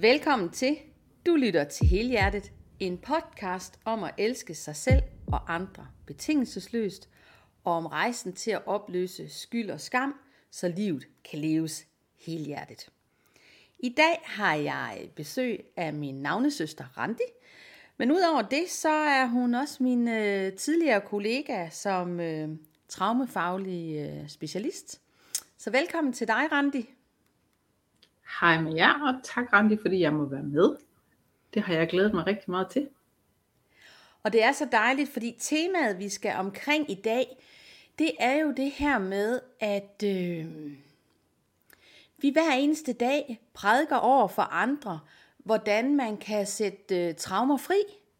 Velkommen til. Du lytter til Helhjertet, en podcast om at elske sig selv og andre betingelsesløst, og om rejsen til at opløse skyld og skam, så livet kan leves helhjertet. I dag har jeg besøg af min navnesøster Randi, men udover det, så er hun også min tidligere kollega som traumefaglig specialist. Så velkommen til dig, Randi. Hej med jer, og tak Randi, fordi jeg må være med. Det har jeg glædet mig rigtig meget til. Og det er så dejligt, fordi temaet, vi skal omkring i dag, det er jo det her med, at vi hver eneste dag prædiker over for andre, hvordan man kan sætte traumer fri.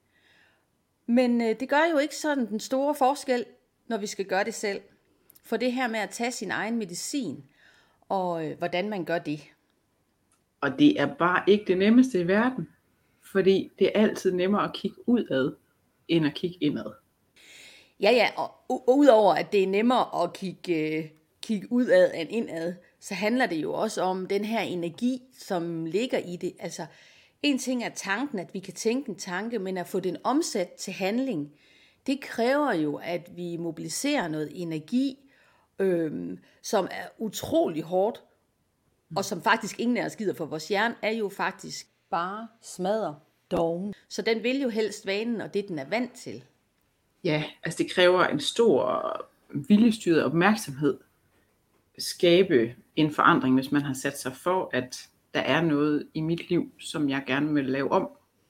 Men det gør jo ikke sådan den store forskel, når vi skal gøre det selv. For det her med at tage sin egen medicin, og hvordan man gør det. Og det er bare ikke det nemmeste i verden, fordi det er altid nemmere at kigge udad, end at kigge indad. Ja, og udover at det er nemmere at kigge udad end indad, så handler det jo også om den her energi, som ligger i det. Altså, en ting er tanken, at vi kan tænke en tanke, men at få den omsat til handling, det kræver jo, at vi mobiliserer noget energi, som er utrolig hårdt, og som faktisk ingen af os gider, for vores hjerne er jo faktisk bare smadret doven. Så den vil jo helst vanen, og det den er vant til. Ja, altså det kræver en stor viljestyret opmærksomhed. Skabe en forandring, hvis man har sat sig for, at der er noget i mit liv, som jeg gerne vil lave om.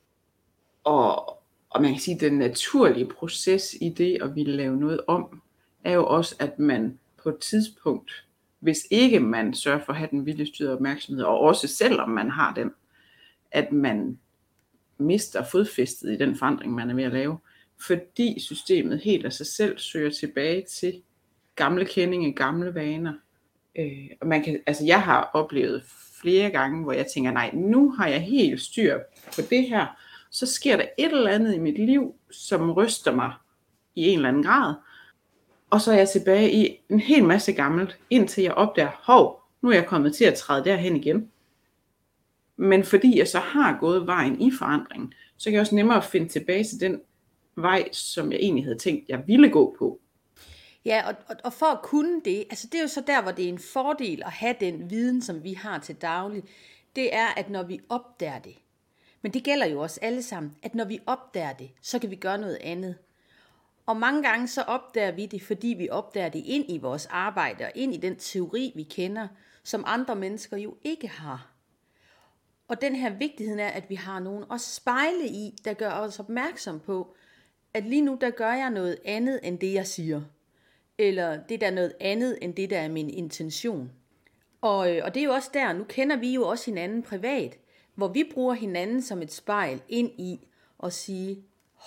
Og man kan sige, at den naturlige proces i det at ville lave noget om, er jo også, at man på et tidspunkt, hvis ikke man sørger for at have den viljestyrede opmærksomhed, og også selvom man har den, at man mister fodfæstet i den forandring, man er ved at lave, fordi systemet helt af sig selv søger tilbage til gamle kendinge, gamle vaner. Og jeg har oplevet flere gange, hvor jeg tænker, nej, nu har jeg helt styr på det her, så sker der et eller andet i mit liv, som ryster mig i en eller anden grad, og så er jeg tilbage i en hel masse gammelt, indtil jeg opdager, nu er jeg kommet til at træde derhen igen. Men fordi jeg så har gået vejen i forandringen, så kan jeg også nemmere finde tilbage til den vej, som jeg egentlig havde tænkt, jeg ville gå på. Ja, og for at kunne det, altså det er jo så der, hvor det er en fordel at have den viden, som vi har til daglig, det er, at når vi opdager det, men det gælder jo os alle sammen, at når vi opdager det, så kan vi gøre noget andet. Og mange gange så opdager vi det, fordi vi opdager det ind i vores arbejde, og ind i den teori, vi kender, som andre mennesker jo ikke har. Og den her vigtighed er, at vi har nogen at spejle i, der gør os opmærksom på, at lige nu, der gør jeg noget andet, end det jeg siger. Eller det der er noget andet, end det der er min intention. Og det er jo også der, nu kender vi jo også hinanden privat, hvor vi bruger hinanden som et spejl ind i at sige,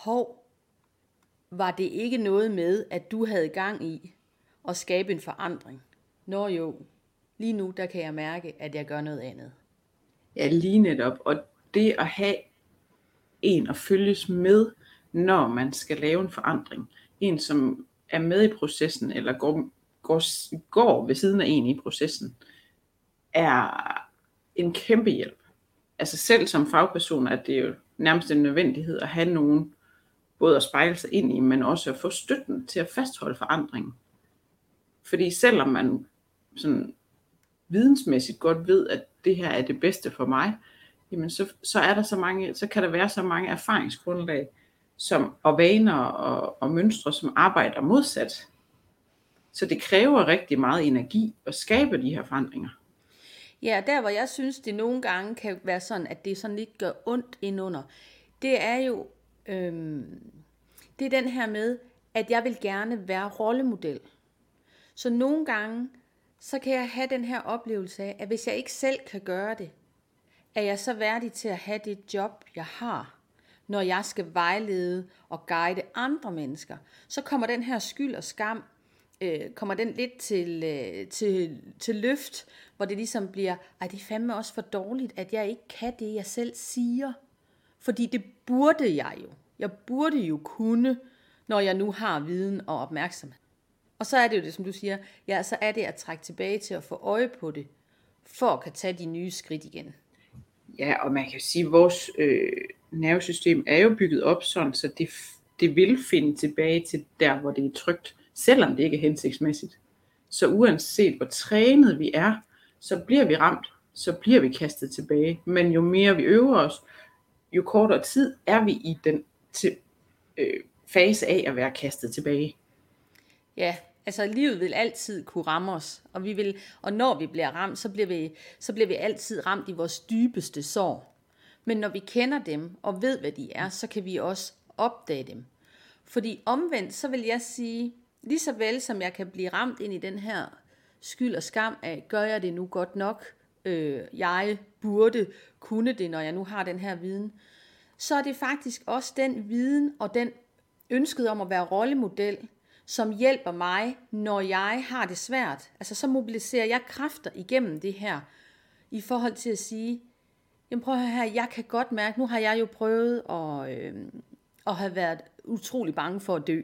var det ikke noget med, at du havde gang i at skabe en forandring? Nå jo, lige nu, der kan jeg mærke, at jeg gør noget andet. Ja, lige netop. Og det at have en at følges med, når man skal lave en forandring. En, som er med i processen, eller går ved siden af en i processen, er en kæmpe hjælp. Altså selv som fagperson er det jo nærmest en nødvendighed at have nogen, både at spejle sig ind i, men også at få støtten til at fastholde forandringen. Fordi selvom man sådan vidensmæssigt godt ved, at det her er det bedste for mig, jamen så er der så kan der være så mange erfaringsgrundlag, og vaner og mønstre, som arbejder modsat. Så det kræver rigtig meget energi at skabe de her forandringer. Ja, der hvor jeg synes, det nogle gange kan være sådan, at det sådan lidt gør ondt indunder, det er jo, det er den her med, at jeg vil gerne være rollemodel. Så nogle gange, så kan jeg have den her oplevelse af, at hvis jeg ikke selv kan gøre det, er jeg så værdig til at have det job, jeg har, når jeg skal vejlede og guide andre mennesker. Så kommer den her skyld og skam, kommer den lidt til løft, hvor det ligesom bliver, det er fandme også for dårligt, at jeg ikke kan det, jeg selv siger. Fordi det burde jeg jo. Jeg burde jo kunne, når jeg nu har viden og opmærksomhed. Og så er det jo det, som du siger, ja, så er det at trække tilbage til at få øje på det, for at kan tage de nye skridt igen. Ja, og man kan jo sige, at vores nervesystem er jo bygget op sådan, så det vil finde tilbage til der, hvor det er trygt, selvom det ikke er hensigtsmæssigt. Så uanset hvor trænet vi er, så bliver vi ramt, så bliver vi kastet tilbage. Men jo mere vi øver os, jo kortere tid er vi i den fase af at være kastet tilbage. Ja, altså livet vil altid kunne ramme os, og når vi bliver ramt, så bliver vi altid ramt i vores dybeste sorg. Men når vi kender dem og ved, hvad de er, så kan vi også opdage dem. Fordi omvendt, så vil jeg sige, lige så vel som jeg kan blive ramt ind i den her skyld og skam af, gør jeg det nu godt nok? Jeg burde kunne det, når jeg nu har den her viden. Så er det faktisk også den viden og den ønsket om at være rollemodel, som hjælper mig, når jeg har det svært. Altså så mobiliserer jeg kræfter igennem det her, i forhold til at sige, jamen prøv at høre her, jeg kan godt mærke, nu har jeg jo prøvet at have været utrolig bange for at dø.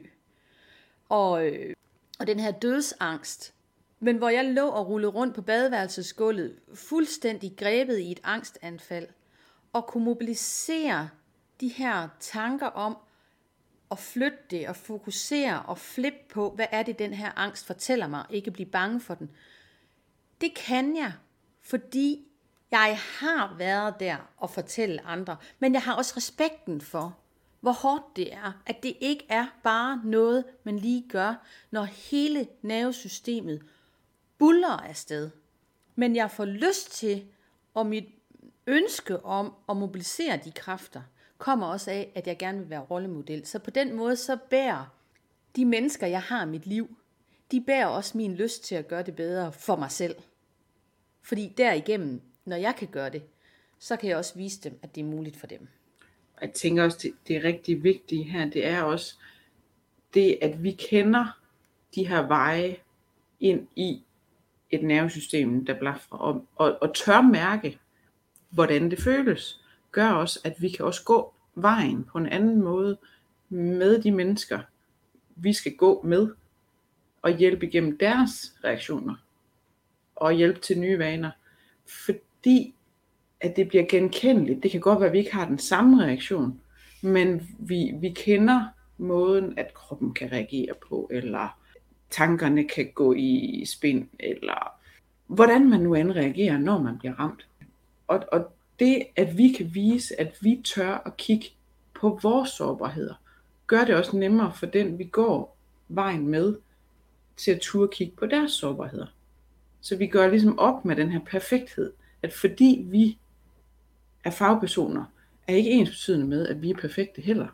Og den her dødsangst, men hvor jeg lå og rullede rundt på badeværelsesgulvet, fuldstændig grebet i et angstanfald, og kunne mobilisere de her tanker om at flytte det, og fokusere og flippe på, hvad er det, den her angst fortæller mig, ikke blive bange for den. Det kan jeg, fordi jeg har været der og fortælle andre, men jeg har også respekten for, hvor hårdt det er, at det ikke er bare noget, man lige gør, når hele nervesystemet buller afsted. Men jeg får lyst til, og mit ønske om at mobilisere de kræfter, kommer også af, at jeg gerne vil være rollemodel. Så på den måde, så bærer de mennesker, jeg har i mit liv, de bærer også min lyst til at gøre det bedre for mig selv. Fordi derigennem, når jeg kan gøre det, så kan jeg også vise dem, at det er muligt for dem. Jeg tænker også, det er rigtig vigtigt her, det er også det, at vi kender de her veje ind i et nervesystem, der blafrer om, og tør mærke, hvordan det føles, gør også, at vi kan også gå vejen på en anden måde med de mennesker, vi skal gå med, og hjælpe igennem deres reaktioner, og hjælpe til nye vaner, fordi at det bliver genkendeligt. Det kan godt være, at vi ikke har den samme reaktion, men vi kender måden, at kroppen kan reagere på, eller tankerne kan gå i spind, eller hvordan man nu end reagerer, når man bliver ramt. Og det, at vi kan vise, at vi tør at kigge på vores sårbarheder, gør det også nemmere for den, vi går vejen med, til at turde kigge på deres sårbarheder. Så vi gør ligesom op med den her perfekthed, at fordi vi er fagpersoner, er ikke ensbetydende med, at vi er perfekte heller.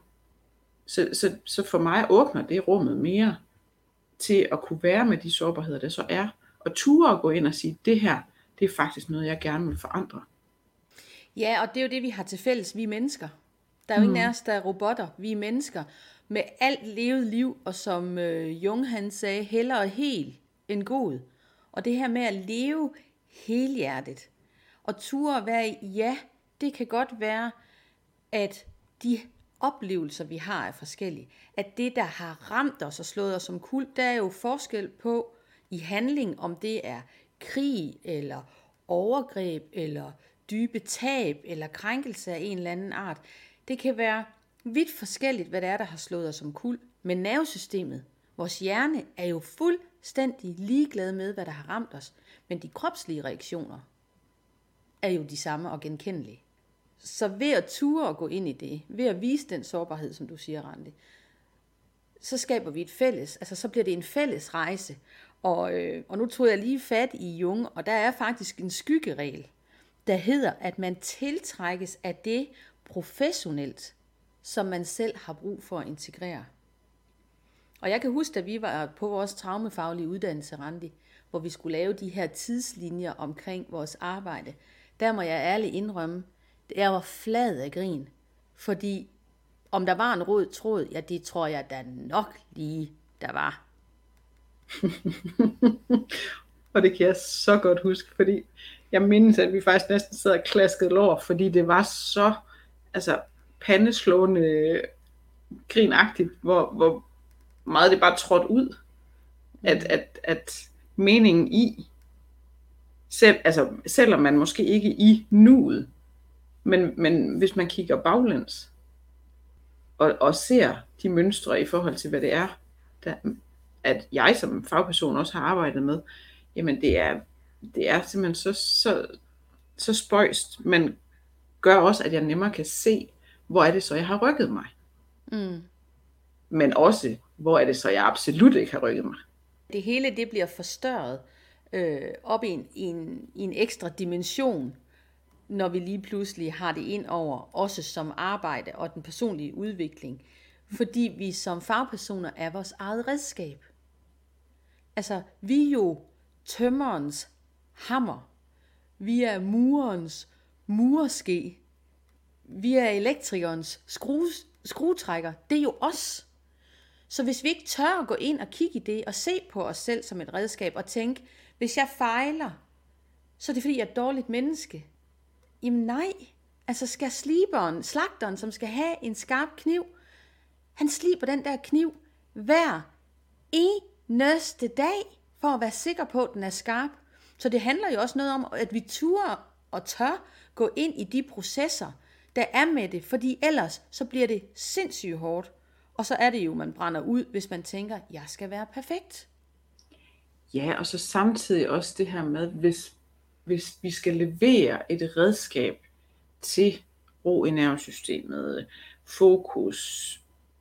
Så for mig åbner det rummet mere til at kunne være med de sårbarheder, der så er, og ture at gå ind og sige, det her, det er faktisk noget, jeg gerne vil forandre. Ja, og det er jo det, vi har til fælles, vi er mennesker. Der er jo ingen af os, der er robotter. Vi er mennesker med alt levet liv, og som Jung han sagde, hellere hel end god. Og det her med at leve helhjertet, og ture at være i, ja, det kan godt være, at de oplevelser, vi har, er forskellige. At det, der har ramt os og slået os som kul, der er jo forskel på i handling, om det er krig, eller overgreb, eller dybe tab, eller krænkelse af en eller anden art. Det kan være vidt forskelligt, hvad det er, der har slået os som kul. Men nervesystemet, vores hjerne, er jo fuldstændig ligeglad med, hvad der har ramt os. Men de kropslige reaktioner er jo de samme og genkendelige. Så ved at ture og gå ind i det, ved at vise den sårbarhed, som du siger, Randi, så skaber vi et fælles, altså så bliver det en fælles rejse. Og nu tog jeg lige fat i Jung, og der er faktisk en skyggeregel, der hedder, at man tiltrækkes af det professionelt, som man selv har brug for at integrere. Og jeg kan huske, da vi var på vores traumefaglige uddannelse, Randi, hvor vi skulle lave de her tidslinjer omkring vores arbejde, der må jeg ærligt indrømme, jeg var flad af grin, fordi om der var en rød tråd, ja, det tror jeg da nok lige, der var. Og det kan jeg så godt huske, fordi jeg mindes, at vi faktisk næsten sad og klaskede lår, fordi det var så pandeslående grinagtigt, hvor meget det bare trådte ud, at meningen i, selvom man måske ikke i nuet Men hvis man kigger baglæns, og ser de mønstre i forhold til, hvad det er, der, at jeg som fagperson også har arbejdet med, jamen det er simpelthen så spøjst, men gør også, at jeg nemmere kan se, hvor er det så, jeg har rykket mig. Men også, hvor er det så, jeg absolut ikke har rykket mig. Det hele det bliver forstørret op i en ekstra dimension, når vi lige pludselig har det ind over, også som arbejde og den personlige udvikling. Fordi vi som fagpersoner er vores eget redskab. Altså, vi er jo tømmerens hammer. Vi er murerens murerske. Vi er elektrikerens skruetrækker. Det er jo os. Så hvis vi ikke tør at gå ind og kigge i det, og se på os selv som et redskab, og tænke, hvis jeg fejler, så er det fordi, jeg er et dårligt menneske. Jamen nej, altså skal slagteren, som skal have en skarp kniv, han sliber den der kniv hver eneste dag, for at være sikker på, at den er skarp. Så det handler jo også noget om, at vi tør og tør gå ind i de processer, der er med det, fordi ellers så bliver det sindssygt hårdt. Og så er det jo, man brænder ud, hvis man tænker, jeg skal være perfekt. Ja, og så samtidig også det her med, hvis vi skal levere et redskab til ro i nervesystemet, fokus,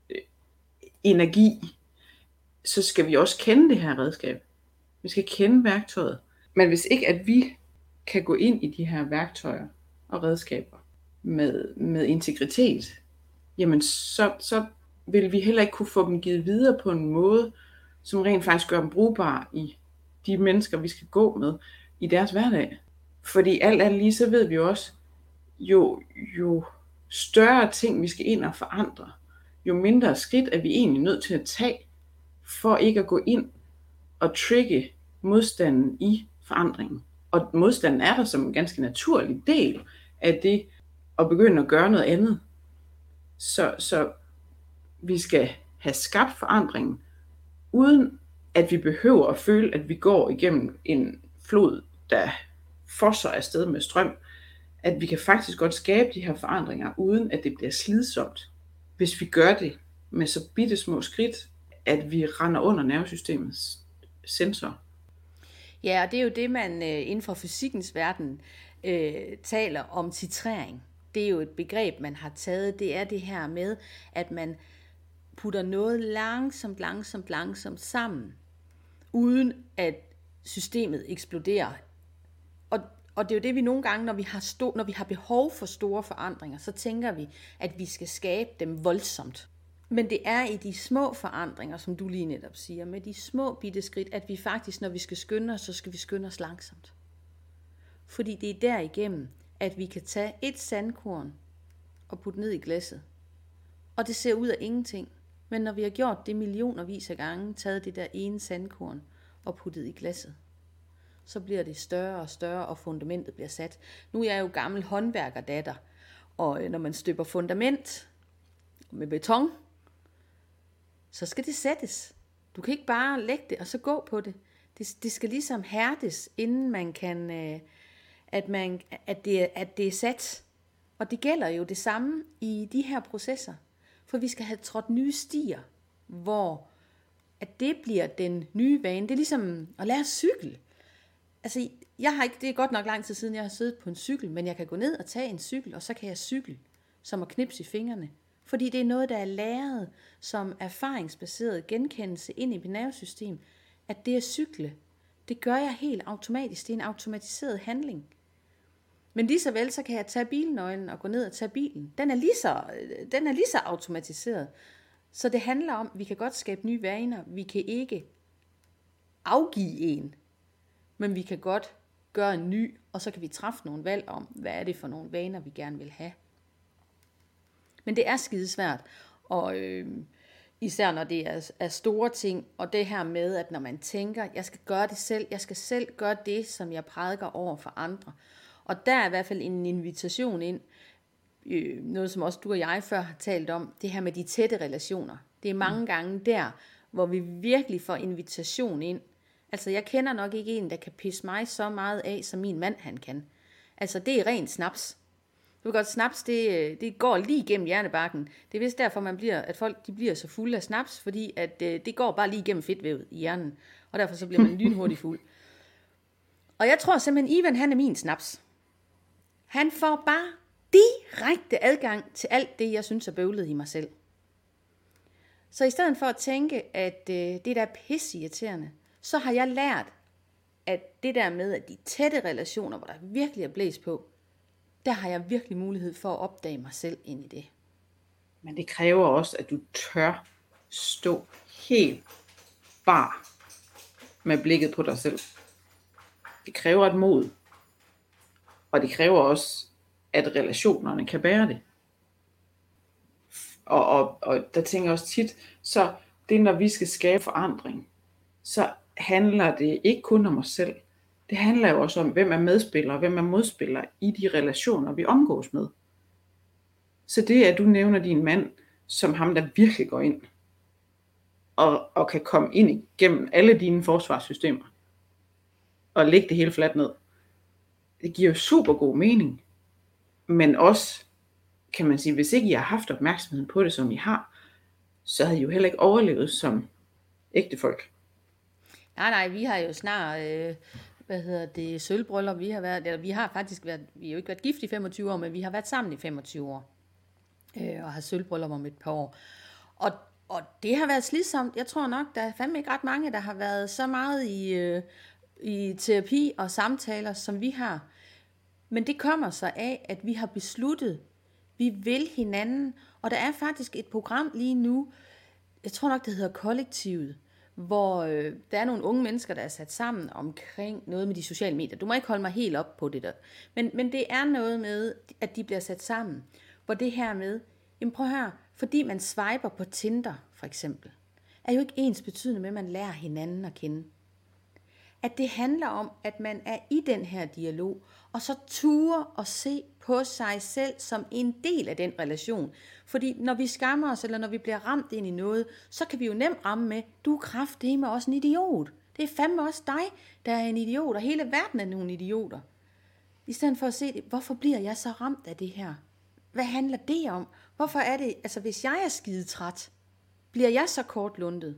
energi, så skal vi også kende det her redskab. Vi skal kende værktøjet. Men hvis ikke, at vi kan gå ind i de her værktøjer og redskaber med integritet, jamen så vil vi heller ikke kunne få dem givet videre på en måde, som rent faktisk gør dem brugbare i de mennesker, vi skal gå med i deres hverdag. Fordi alt andet lige, så ved vi jo også, jo større ting vi skal ind og forandre, jo mindre skridt er vi egentlig nødt til at tage, for ikke at gå ind og trigge modstanden i forandringen. Og modstanden er der som en ganske naturlig del af det at begynde at gøre noget andet. Så vi skal have skabt forandringen, uden at vi behøver at føle, at vi går igennem en flod, der fosser afsted med strøm. At vi kan faktisk godt skabe de her forandringer, uden at det bliver slidsomt, hvis vi gør det med så bitte små skridt, at vi render under nervesystemets sensor. Ja, og det er jo det, man inden for fysikkens verden taler om titrering. Det er jo et begreb, man har taget. Det er det her med, at man putter noget langsomt sammen, uden at systemet eksploderer. Og det er jo det, vi nogle gange, når vi har behov for store forandringer, så tænker vi, at vi skal skabe dem voldsomt. Men det er i de små forandringer, som du lige netop siger, med de små bitte skridt, at vi faktisk, når vi skal skynde os, så skal vi skynde os langsomt. Fordi det er derigennem, at vi kan tage et sandkorn og putte ned i glasset. Og det ser ud af ingenting. Men når vi har gjort det millionervis af gange, taget det der ene sandkorn og puttet i glasset, så bliver det større og større, og fundamentet bliver sat. Nu er jeg jo gammel håndværkerdatter, og når man støber fundament med beton, så skal det sættes. Du kan ikke bare lægge det og så gå på det. Det skal ligesom hærdes, inden man kan, at det er sat. Og det gælder jo det samme i de her processer. For vi skal have trådt nye stier, hvor at det bliver den nye vane. Det er ligesom at lære at cykle. Altså, det er godt nok lang tid siden, jeg har siddet på en cykel, men jeg kan gå ned og tage en cykel, og så kan jeg cykle, som at knipse i fingrene. Fordi det er noget, der er læret som erfaringsbaseret genkendelse ind i mit nervesystem, at det at cykle, det gør jeg helt automatisk. Det er en automatiseret handling. Men lige så vel, så kan jeg tage bilnøglen og gå ned og tage bilen. Den er lige så automatiseret. Så det handler om, at vi kan godt skabe nye vaner. Vi kan ikke afgive en, men vi kan godt gøre en ny, og så kan vi træffe nogle valg om, hvad er det for nogle vaner, vi gerne vil have. Men det er skidesvært, og især når det er store ting, og det her med, at når man tænker, jeg skal gøre det selv, jeg skal selv gøre det, som jeg prædiker over for andre. Og der er i hvert fald en invitation ind, noget som også du og jeg før har talt om, det her med de tætte relationer. Det er mange gange der, hvor vi virkelig får invitation ind. Altså jeg kender nok ikke en, der kan pisse mig så meget af, som min mand han kan. Altså det er ren snaps. Du ved godt, snaps, det går lige igennem hjernebarken. Det er vist derfor, at folk de bliver så fulde af snaps, fordi at, det går bare lige igennem fedtvævet i hjernen. Og derfor så bliver man lynhurtigt fuld. Og jeg tror simpelthen, Ivan han er min snaps. Han får bare direkte adgang til alt det, jeg synes er bøvlet i mig selv. Så i stedet for at tænke, at det der er pisseirriterende, så har jeg lært, at det der med, at de tætte relationer, hvor der virkelig er blæs på, der har jeg virkelig mulighed for at opdage mig selv ind i det. Men det kræver også, at du tør stå helt bar med blikket på dig selv. Det kræver et mod. Og det kræver også, at relationerne kan bære det. Og der tænker jeg også tit, så det når vi skal skabe forandring, så handler det ikke kun om os selv. Det handler jo også om, hvem er medspiller og hvem er modspiller i de relationer, vi omgås med. Så det, at du nævner din mand som ham, der virkelig går ind og kan komme ind igennem alle dine forsvarssystemer og lægge det hele fladt ned, det giver jo super god mening. Men også, kan man sige, hvis ikke I har haft opmærksomheden på det, som I har, så havde I jo heller ikke overlevet som ægte folk. Nej, vi har jo snart, sølvbryllup, vi har jo ikke været gift i 25 år, men vi har været sammen i 25 år, og har sølvbryllup om et par år. Og det har været slidsomt. Jeg tror nok, der er fandme ikke ret mange, der har været så meget i terapi og samtaler, som vi har. Men det kommer så af, at vi har besluttet, vi vil hinanden, og der er faktisk et program lige nu, jeg tror nok, det hedder Kollektivet, hvor der er nogle unge mennesker, der er sat sammen omkring noget med de sociale medier. Du må ikke holde mig helt op på det der. Men det er noget med, at de bliver sat sammen, hvor det her med, jamen prøv at høre, fordi man swiper på Tinder for eksempel, er jo ikke ens betydende med, at man lærer hinanden at kende. At det handler om, at man er i den her dialog, og så ture og se på sig selv som en del af den relation. Fordi når vi skammer os, eller når vi bliver ramt ind i noget, så kan vi jo nemt ramme med, du er kraftedeme også en idiot. Det er fandme også dig, der er en idiot, og hele verden er nogle idioter. I stedet for at se det, hvorfor bliver jeg så ramt af det her? Hvad handler det om? Hvorfor er det, altså hvis jeg er skidetræt, bliver jeg så kortlundet?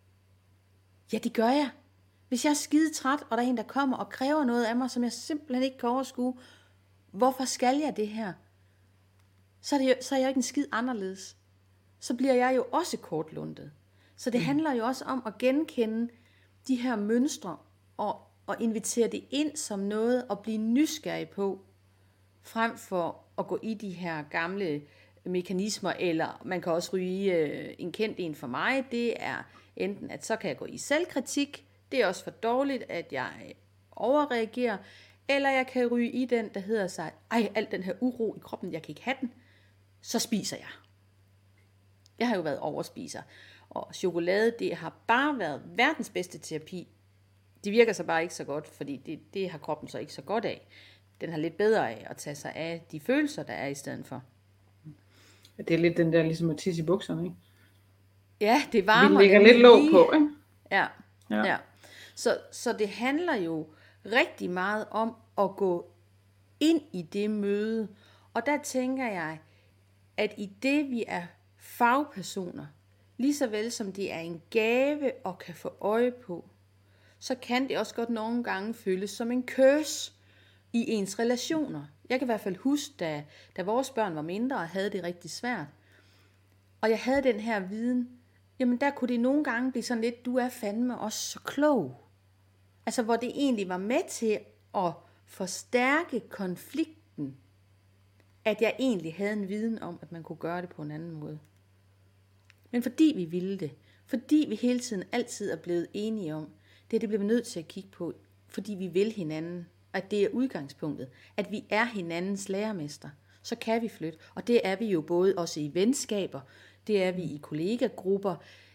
Ja, det gør jeg. Hvis jeg er skidetræt, og der er en, der kommer og kræver noget af mig, som jeg simpelthen ikke kan overskue, hvorfor skal jeg det her? Så er jeg ikke en skid anderledes. Så bliver jeg jo også kortlundet. Så det handler jo også om at genkende de her mønstre, og invitere det ind som noget, og blive nysgerrig på, frem for at gå i de her gamle mekanismer, eller man kan også ryge i en kendt en for mig, det er enten, at så kan jeg gå i selvkritik, det er også for dårligt, at jeg overreagerer, eller jeg kan ryge i den, der hedder sig, al den her uro i kroppen, jeg kan ikke have den, så spiser jeg. Jeg har jo været overspiser, og chokolade, det har bare været verdens bedste terapi. Det virker så bare ikke så godt, fordi det har kroppen så ikke så godt af. Den har lidt bedre af at tage sig af de følelser, der er i stedet for. Det er lidt den der, ligesom at tisse i bukserne, ikke? Ja, det varmer. Vi lægger lidt låg på, ikke? Ja. Så det handler jo rigtig meget om at gå ind i det møde. Og der tænker jeg, at i det vi er fagpersoner, lige så vel som det er en gave og kan få øje på, så kan det også godt nogle gange føles som en curse i ens relationer. Jeg kan i hvert fald huske, da vores børn var mindre og havde det rigtig svært, og jeg havde den her viden, jamen der kunne det nogle gange blive sådan lidt, du er fandme også så klog. Altså hvor det egentlig var med til at forstærke konflikten, at jeg egentlig havde en viden om, at man kunne gøre det på en anden måde. Men fordi vi ville det, fordi vi hele tiden altid er blevet enige om, det bliver vi nødt til at kigge på, fordi vi vil hinanden, at det er udgangspunktet, at vi er hinandens lærermester, så kan vi flytte. Og det er vi jo både også i venskaber, det er vi i kollegagrupper.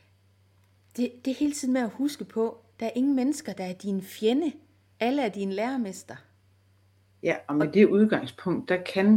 Det er hele tiden med at huske på, der er ingen mennesker, der er din fjende. Alle er dine lærermester. Ja, og med det udgangspunkt,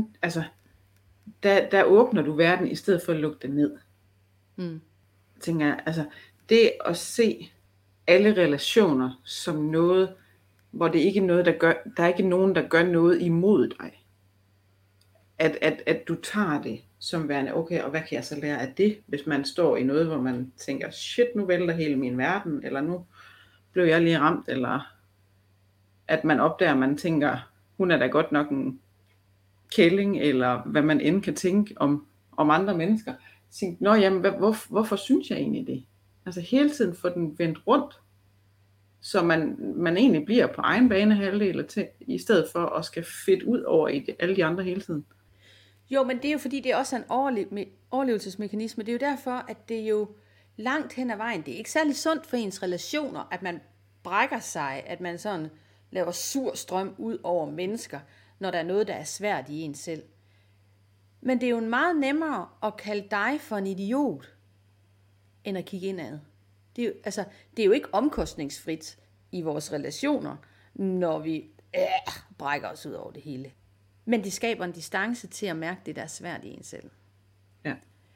der åbner du verden, i stedet for at lukke den ned. Tænker jeg, altså det at se alle relationer som noget, hvor det ikke er noget, der er ikke nogen, der gør noget imod dig. at du tager det som værende, okay, og hvad kan jeg så lære af det, hvis man står i noget, hvor man tænker, shit, nu vælter hele min verden, eller nu blev jeg lige ramt, eller at man opdager, at man tænker, hun er da godt nok en kælling, eller hvad man end kan tænke om andre mennesker. Tænk, nå jamen, hvorfor synes jeg egentlig det? Altså hele tiden få den vendt rundt, så man egentlig bliver på egen banehalvdel, i stedet for at skal fedt ud over i alle de andre hele tiden. Jo, men det er jo fordi, det er også en overlevelsesmekanisme. Det er jo derfor, at det jo langt hen ad vejen, det er ikke særlig sundt for ens relationer, at man brækker sig, at man sådan laver sur strøm ud over mennesker, når der er noget, der er svært i en selv. Men det er jo meget nemmere at kalde dig for en idiot, end at kigge indad. Det er jo ikke omkostningsfrit i vores relationer, når vi brækker os ud over det hele. Men det skaber en distance til at mærke det, der er svært i en selv. Ja.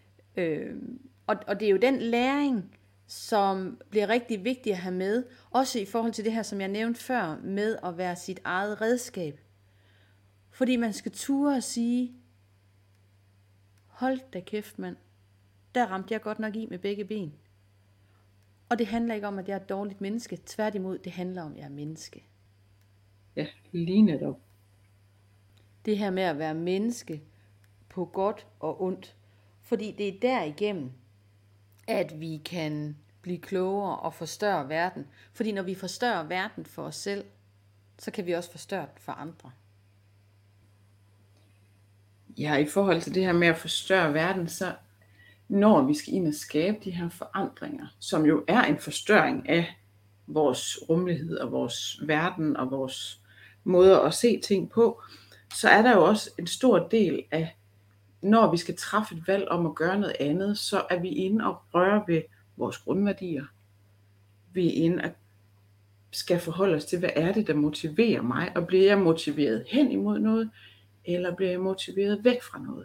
Og det er jo den læring, som bliver rigtig vigtig at have med, også i forhold til det her, som jeg nævnte før, med at være sit eget redskab. Fordi man skal ture og sige, hold da kæft mand, der ramte jeg godt nok i med begge ben. Og det handler ikke om, at jeg er et dårligt menneske. Tværtimod, det handler om, at jeg er menneske. Ja, lige netop. Det her med at være menneske på godt og ondt. Fordi det er derigennem, at vi kan blive klogere og forstørre verden. Fordi når vi forstørrer verden for os selv, så kan vi også forstørre den for andre. Ja, i forhold til det her med at forstørre verden, så når vi skal ind og skabe de her forandringer, som jo er en forstørring af vores rummelighed og vores verden og vores måder at se ting på, så er der jo også en stor del af, når vi skal træffe et valg om at gøre noget andet, så er vi inde og røre ved vores grundværdier. Vi er inde og skal forholde os til, hvad er det, der motiverer mig, og bliver jeg motiveret hen imod noget, eller bliver jeg motiveret væk fra noget?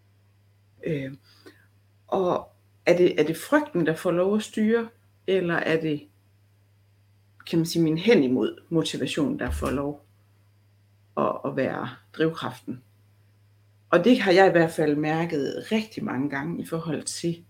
Og er det frygten, der får lov at styre, eller er det, kan man sige, min hen imod motivation, der får lov at være drivkraften? Og det har jeg i hvert fald mærket rigtig mange gange i forhold til,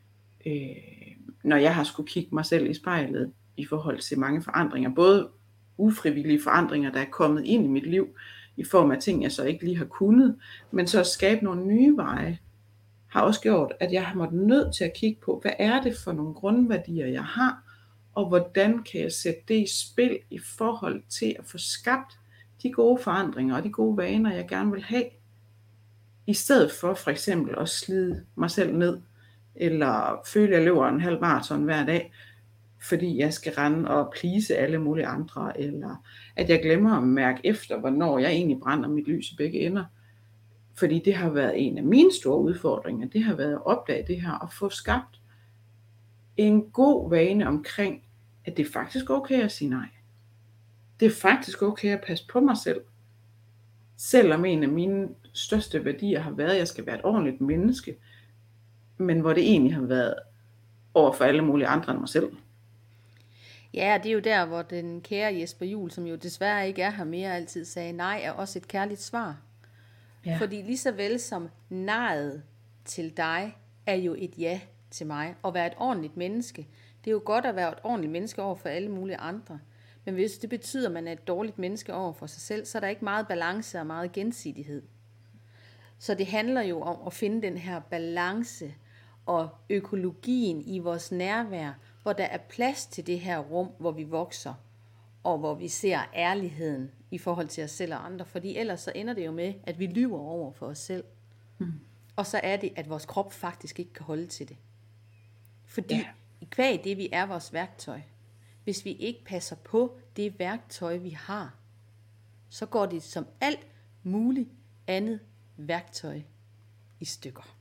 når jeg har skulle kigge mig selv i spejlet, i forhold til mange forandringer, både ufrivillige forandringer, der er kommet ind i mit liv, i form af ting, jeg så ikke lige har kunnet, men så at skabe nogle nye veje, har også gjort, at jeg har måttet nødt til at kigge på, hvad er det for nogle grundværdier, jeg har, og hvordan kan jeg sætte det i spil i forhold til at få skabt de gode forandringer og de gode vaner, jeg gerne vil have, i stedet for eksempel at slide mig selv ned, eller føle, at jeg løber en halv maraton hver dag, fordi jeg skal rende og please alle mulige andre, eller at jeg glemmer at mærke efter, hvornår jeg egentlig brænder mit lys i begge ender. Fordi det har været en af mine store udfordringer, det har været at opdage det her, og få skabt en god vane omkring, at det er faktisk okay at sige nej. Det er faktisk okay at passe på mig selv. Selvom en af mine største værdier har været, at jeg skal være et ordentligt menneske, men hvor det egentlig har været over for alle mulige andre end mig selv. Ja, det er jo der, hvor den kære Jesper Juhl, som jo desværre ikke er her mere, altid sagde, nej er også et kærligt svar. Ja. Fordi lige så vel som nejet til dig, er jo et ja til mig. At være et ordentligt menneske. Det er jo godt at være et ordentligt menneske over for alle mulige andre. Men hvis det betyder, at man er et dårligt menneske over for sig selv, så er der ikke meget balance og meget gensidighed. Så det handler jo om at finde den her balance og økologien i vores nærvær, hvor der er plads til det her rum, hvor vi vokser, og hvor vi ser ærligheden i forhold til os selv og andre. Fordi ellers så ender det jo med, at vi lyver over for os selv. Og så er det, at vores krop faktisk ikke kan holde til det. Fordi i kvæg det, vi er vores værktøj. Hvis vi ikke passer på det værktøj, vi har, så går det som alt muligt andet værktøj i stykker.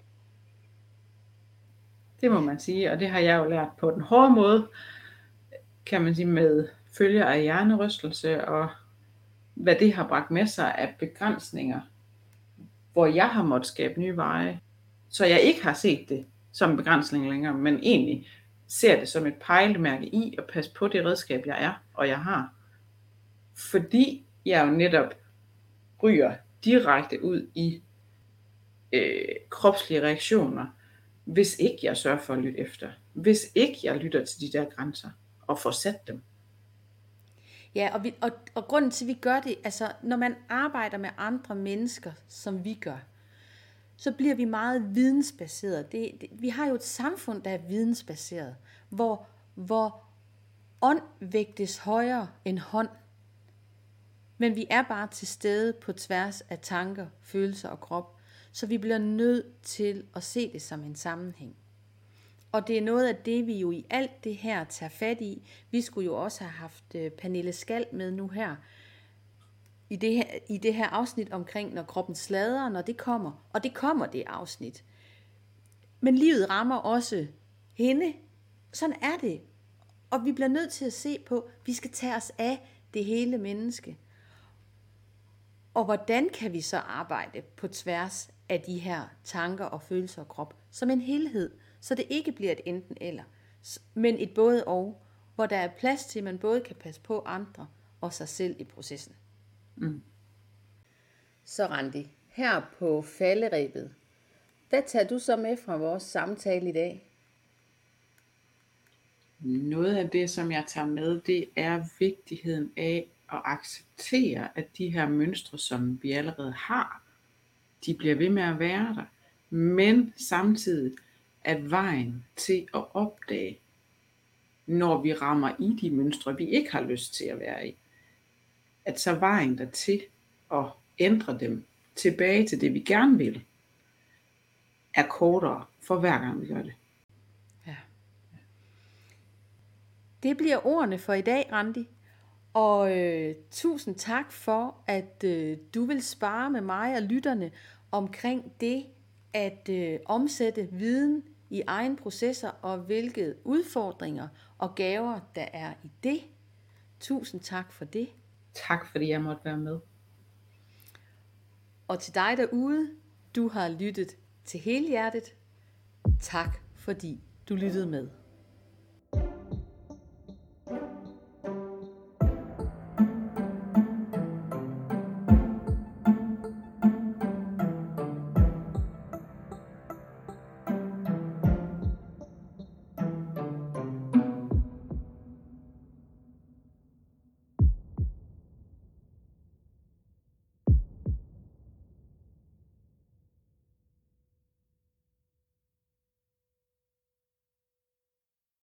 Det må man sige, og det har jeg jo lært på den hårde måde, kan man sige, med følger af hjernerystelse, og hvad det har bragt med sig af begrænsninger, hvor jeg har måttet skabe nye veje, så jeg ikke har set det som en begrænsning længere, men egentlig ser det som et pejlemærke i at passe på det redskab, jeg er, og jeg har. Fordi jeg jo netop ryger direkte ud i kropslige reaktioner, hvis ikke jeg sørger for at lytte efter. Hvis ikke jeg lytter til de der grænser og får sat dem. Ja, og grunden til, at vi gør det, altså når man arbejder med andre mennesker, som vi gør, så bliver vi meget vidensbaseret. Vi har jo et samfund, der er vidensbaseret, hvor ånd vægtes højere end hånd. Men vi er bare til stede på tværs af tanker, følelser og krop, så vi bliver nødt til at se det som en sammenhæng. Og det er noget af det, vi jo i alt det her tager fat i. Vi skulle jo også have haft Pernille Skal med nu her, i det her afsnit omkring, når kroppen sladrer, når det kommer. Og det kommer, det afsnit. Men livet rammer også hende. Sådan er det. Og vi bliver nødt til at se på, vi skal tage os af det hele menneske. Og hvordan kan vi så arbejde på tværs af de her tanker og følelser og krop som en helhed, så det ikke bliver et enten eller, men et både og, hvor der er plads til, at man både kan passe på andre og sig selv i processen. Så Randi, her på falderebet, hvad tager du så med fra vores samtale i dag? Noget af det, som jeg tager med, det er vigtigheden af at acceptere, at de her mønstre, som vi allerede har, de bliver ved med at være der. Men samtidig er vejen til at opdage, når vi rammer i de mønstre, vi ikke har lyst til at være i, at så vejen der til at ændre dem tilbage til det, vi gerne vil, er kortere for hver gang vi gør det. Ja. Det bliver ordene for i dag, Randi. Og tusind tak for, at du vil spare med mig og lytterne omkring det at omsætte viden i egen processer, og hvilke udfordringer og gaver der er i det. Tusind tak for det. Tak fordi jeg måtte være med. Og til dig derude, du har lyttet til Helhjertet. Tak fordi du lyttede med.